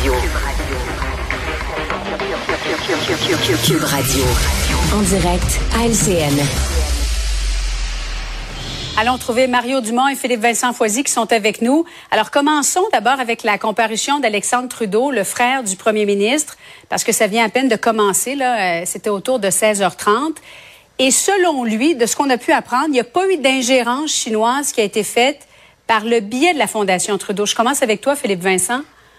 Cube Radio. En direct à LCN. Allons trouver Mario Dumont et Philippe-Vincent Foisy qui sont avec nous. Alors, commençons d'abord avec la comparution d'Alexandre Trudeau, le frère du premier ministre, parce que ça vient à peine de commencer, là. C'était autour de 16h30. Et selon lui, de ce qu'on a pu apprendre, il n'y a pas eu d'ingérence chinoise qui a été faite par le biais de la Fondation Trudeau. Je commence avec toi, Philippe-Vincent.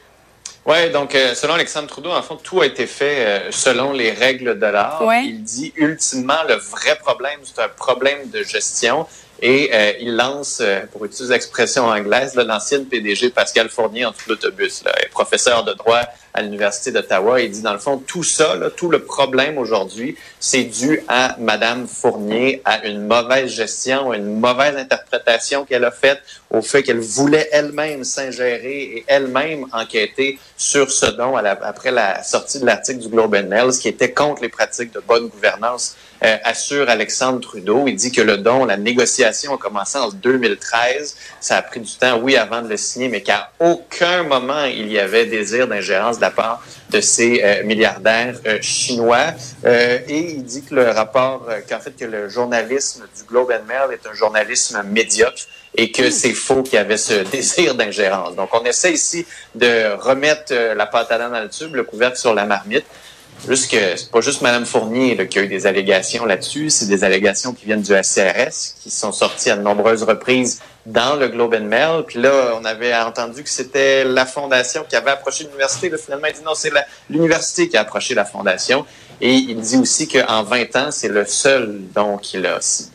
Oui, donc selon Alexandre Trudeau, en fait, tout a été fait selon les règles de l'art. Ouais. Il dit ultimement le vrai problème, c'est un problème de gestion. Et il lance, pour utiliser l'expression anglaise, l'ancienne PDG Pascal Fournier en tout l'autobus, professeur de droit à l'Université d'Ottawa. Il dit, dans le fond, tout ça, là, tout le problème aujourd'hui, c'est dû à Madame Fournier, à une mauvaise gestion, à une mauvaise interprétation qu'elle a faite, au fait qu'elle voulait elle-même s'ingérer et elle-même enquêter sur ce don après la sortie de l'article du Globe and Mail, ce qui était contre les pratiques de bonne gouvernance, assure Alexandre Trudeau. Il dit que le don, la négociation a commencé en 2013. Ça a pris du temps, oui, avant de le signer, mais qu'à aucun moment il y avait désir d'ingérence de la part de ces milliardaires chinois. Et il dit que le rapport, qu'en fait, que le journalisme du Globe and Mail est un journalisme médiocre et que c'est faux qu'il y avait ce désir d'ingérence. Donc, on essaie ici de remettre la pâte à dents dans le tube, le couvercle sur la marmite. Juste que c'est pas juste Mme Fournier là, qui a eu des allégations là-dessus, c'est des allégations qui viennent du SCRS, qui sont sorties à de nombreuses reprises dans le Globe and Mail. Puis là, on avait entendu que c'était la Fondation qui avait approché l'université. Là, finalement, il dit non, c'est l'université qui a approché la Fondation. Et il dit aussi qu'en 20 ans, c'est le seul don qu'il a aussi.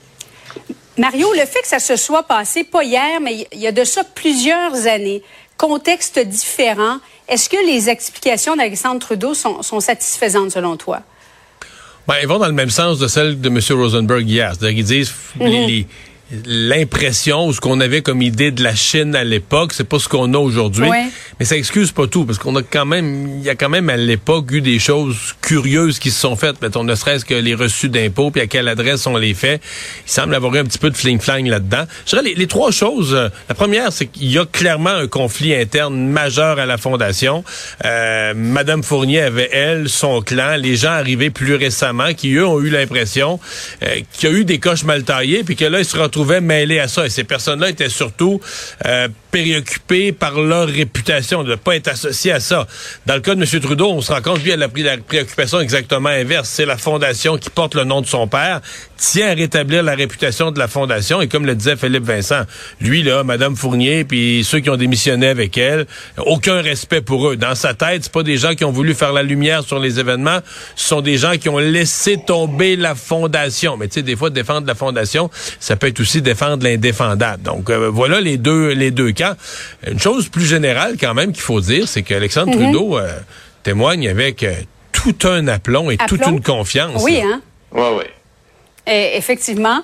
Mario, le fait que ça se soit passé, pas hier, mais il y a de ça plusieurs années, contexte différent, est-ce que les explications d'Alexandre Trudeau sont satisfaisantes selon toi? Ben, ils vont dans le même sens de celle de M. Rosenberg hier. C'est-à-dire qu'ils disent l'impression ou ce qu'on avait comme idée de la Chine à l'époque, c'est pas ce qu'on a aujourd'hui. Ouais. Mais ça excuse pas tout, parce qu'on a quand même, il y a quand même à l'époque eu des choses curieuses qui se sont faites. Mettons, ne serait-ce que les reçus d'impôts, puis à quelle adresse on les fait. Il semble avoir eu un petit peu de fling-flang là-dedans. Je dirais les trois choses. La première, c'est qu'il y a clairement un conflit interne majeur à la Fondation. Madame Fournier avait, elle, son clan, les gens arrivés plus récemment, qui, eux, ont eu l'impression qu'il y a eu des coches mal taillées, puis que là, ils se retrouvaient mêlés à ça. Et ces personnes-là étaient surtout préoccupées par leur réputation, de ne pas être associées à ça. Dans le cas de M. Trudeau, on se rend compte, lui, elle a pris la préoccupation exactement inverse. C'est la Fondation qui porte le nom de son père, tient à rétablir la réputation de la Fondation. Et comme le disait Philippe-Vincent, lui, là, Mme Fournier, puis ceux qui ont démissionné avec elle, aucun respect pour eux. Dans sa tête, c'est pas des gens qui ont voulu faire la lumière sur les événements, ce sont des gens qui ont laissé tomber la Fondation. Mais tu sais, des fois, défendre la Fondation, ça peut être aussi défendre l'indéfendable. Donc, voilà les deux cas. Une chose plus générale, quand même, qu'il faut dire, c'est qu'Alexandre Trudeau témoigne avec tout un aplomb et toute une confiance. Oui, hein? Oui. Effectivement.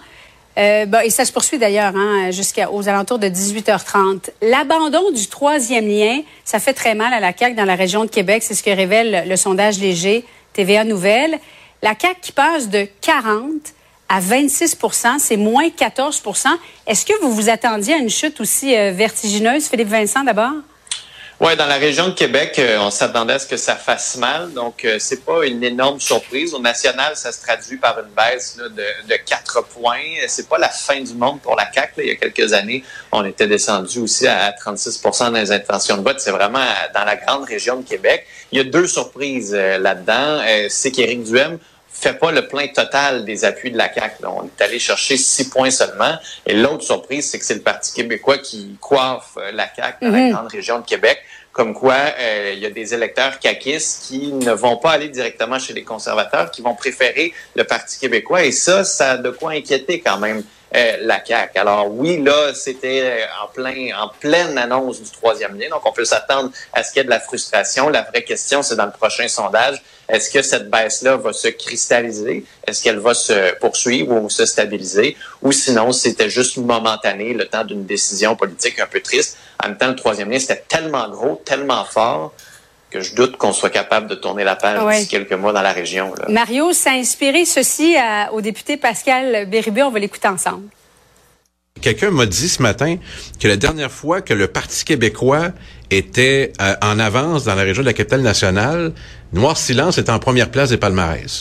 Et ça se poursuit d'ailleurs jusqu'aux alentours de 18h30. L'abandon du troisième lien, ça fait très mal à la CAQ dans la région de Québec. C'est ce que révèle le sondage léger TVA Nouvelles. La CAQ qui passe de 40 à 26 %, c'est moins 14 %. Est-ce que vous vous attendiez à une chute aussi vertigineuse, Philippe-Vincent, d'abord? Oui, dans la région de Québec, on s'attendait à ce que ça fasse mal. Donc, c'est pas une énorme surprise. Au national, ça se traduit par une baisse là, de 4 points. C'est pas la fin du monde pour la CAQ. Là. Il y a quelques années, on était descendu aussi à 36 % dans les intentions de vote. C'est vraiment dans la grande région de Québec. Il y a deux surprises là-dedans. C'est qu'Éric Duhem fait pas le plein total des appuis de la CAQ. Là. On est allé chercher 6 points seulement. Et l'autre surprise, c'est que c'est le Parti québécois qui coiffe la CAQ dans la grande région de Québec. Comme quoi, il y a des électeurs caquistes qui ne vont pas aller directement chez les conservateurs, qui vont préférer le Parti québécois. Et ça a de quoi inquiéter quand même la CAQ. Alors oui, là, c'était en pleine annonce du troisième lien. Donc, on peut s'attendre à ce qu'il y ait de la frustration. La vraie question, c'est dans le prochain sondage. Est-ce que cette baisse-là va se cristalliser? Est-ce qu'elle va se poursuivre ou se stabiliser? Ou sinon, c'était juste momentané, le temps d'une décision politique un peu triste. En même temps, le troisième lien, c'était tellement gros, tellement fort, que je doute qu'on soit capable de tourner la page d'ici quelques mois dans la région. Là. Mario, ça a inspiré ceci au député Pascal Bérubé. On va l'écouter ensemble. Quelqu'un m'a dit ce matin que la dernière fois que le Parti québécois était en avance dans la région de la Capitale-Nationale, Noir Silence était en première place des palmarès.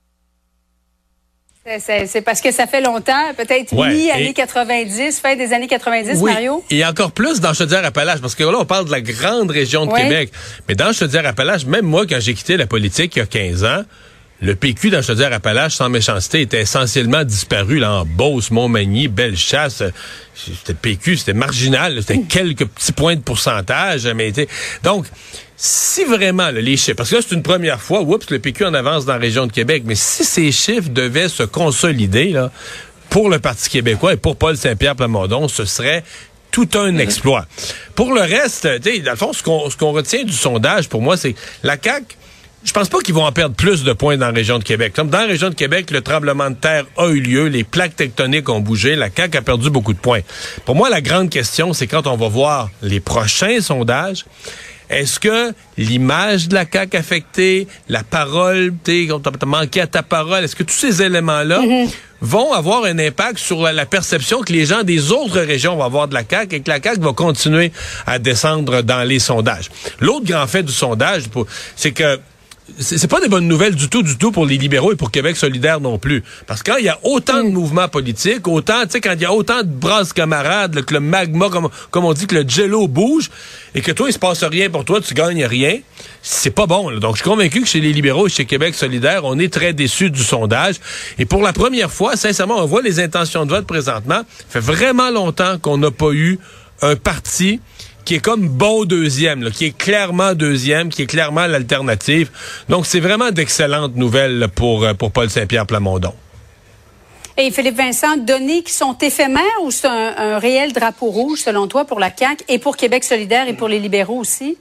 C'est parce que ça fait longtemps, peut-être mi-années 90, fin des années 90, oui, Mario? Et encore plus dans Chaudière-Appalaches, parce que là, on parle de la grande région de Québec. Mais dans Chaudière-Appalaches, même moi, quand j'ai quitté la politique il y a 15 ans, le PQ dans Chaudière-Appalaches, sans méchanceté, était essentiellement disparu là, en Beauce, Montmagny, Bellechasse. C'était PQ, c'était marginal, c'était quelques petits points de pourcentage. Mais donc, si vraiment les chiffres, parce que là, c'est une première fois, le PQ en avance dans la région de Québec, mais si ces chiffres devaient se consolider là, pour le Parti québécois et pour Paul Saint-Pierre Plamondon, ce serait tout un exploit. Pour le reste, dans le fond, ce qu'on retient du sondage, pour moi, c'est la CAQ. Je pense pas qu'ils vont en perdre plus de points dans la région de Québec. Comme dans la région de Québec, le tremblement de terre a eu lieu, les plaques tectoniques ont bougé, la CAQ a perdu beaucoup de points. Pour moi, la grande question, c'est quand on va voir les prochains sondages, est-ce que l'image de la CAQ affectée, la parole, t'as manqué à ta parole, est-ce que tous ces éléments-là vont avoir un impact sur la perception que les gens des autres régions vont avoir de la CAQ et que la CAQ va continuer à descendre dans les sondages? L'autre grand fait du sondage, c'est que c'est pas des bonnes nouvelles du tout pour les libéraux et pour Québec solidaire non plus. Parce que quand il y a autant de mouvements politiques, autant, tu sais, quand il y a autant de brasses camarades, que le magma, comme on dit, que le jello bouge, et que toi, il se passe rien pour toi, tu gagnes rien, c'est pas bon, là. Donc, je suis convaincu que chez les libéraux et chez Québec solidaire, on est très déçus du sondage. Et pour la première fois, sincèrement, on voit les intentions de vote présentement. Ça fait vraiment longtemps qu'on n'a pas eu un parti qui est comme bon deuxième, là, qui est clairement deuxième, qui est clairement l'alternative. Donc, c'est vraiment d'excellentes nouvelles là, pour Paul Saint-Pierre Plamondon. Et Philippe Vincent, données qui sont éphémères ou c'est un réel drapeau rouge, selon toi, pour la CAQ et pour Québec solidaire et pour les libéraux aussi?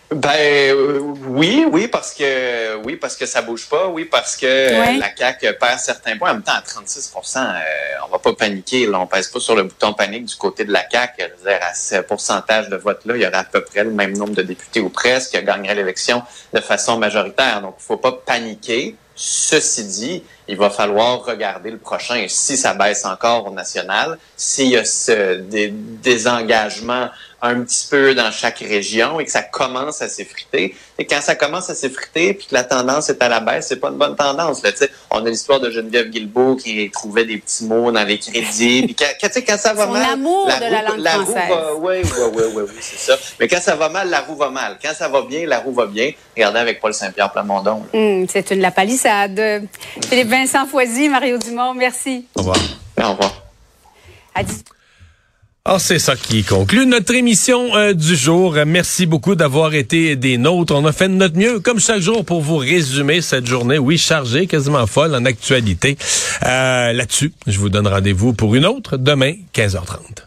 Oui, parce que ça bouge pas, parce que la CAQ perd certains points. En même temps, à 36%, on va pas paniquer, là, on pèse pas sur le bouton panique du côté de la CAQ. Je veux dire, à ce pourcentage de vote-là, il y aurait à peu près le même nombre de députés ou presque qui gagnerait l'élection de façon majoritaire. Donc, il faut pas paniquer. Ceci dit, il va falloir regarder le prochain. Et si ça baisse encore au national, s'il y a ce désengagement un petit peu dans chaque région et que ça commence à s'effriter. Et quand ça commence à s'effriter puis que la tendance est à la baisse, c'est pas une bonne tendance. Là, on a l'histoire de Geneviève Guilbeault qui trouvait des petits mots dans les crédits. Puis quand ça va son mal, amour de la langue française. Oui, c'est ça. Mais quand ça va mal, la roue va mal. Quand ça va bien, la roue va bien. Regardez avec Paul Saint-Pierre Plamondon. C'est la palissade. Philippe Vincent Foisy, Mario Dumont, merci. Au revoir. Au revoir. Alors, c'est ça qui conclut notre émission du jour. Merci beaucoup d'avoir été des nôtres. On a fait de notre mieux, comme chaque jour, pour vous résumer cette journée, chargée, quasiment folle en actualité. Là-dessus, je vous donne rendez-vous pour une autre demain, 15h30.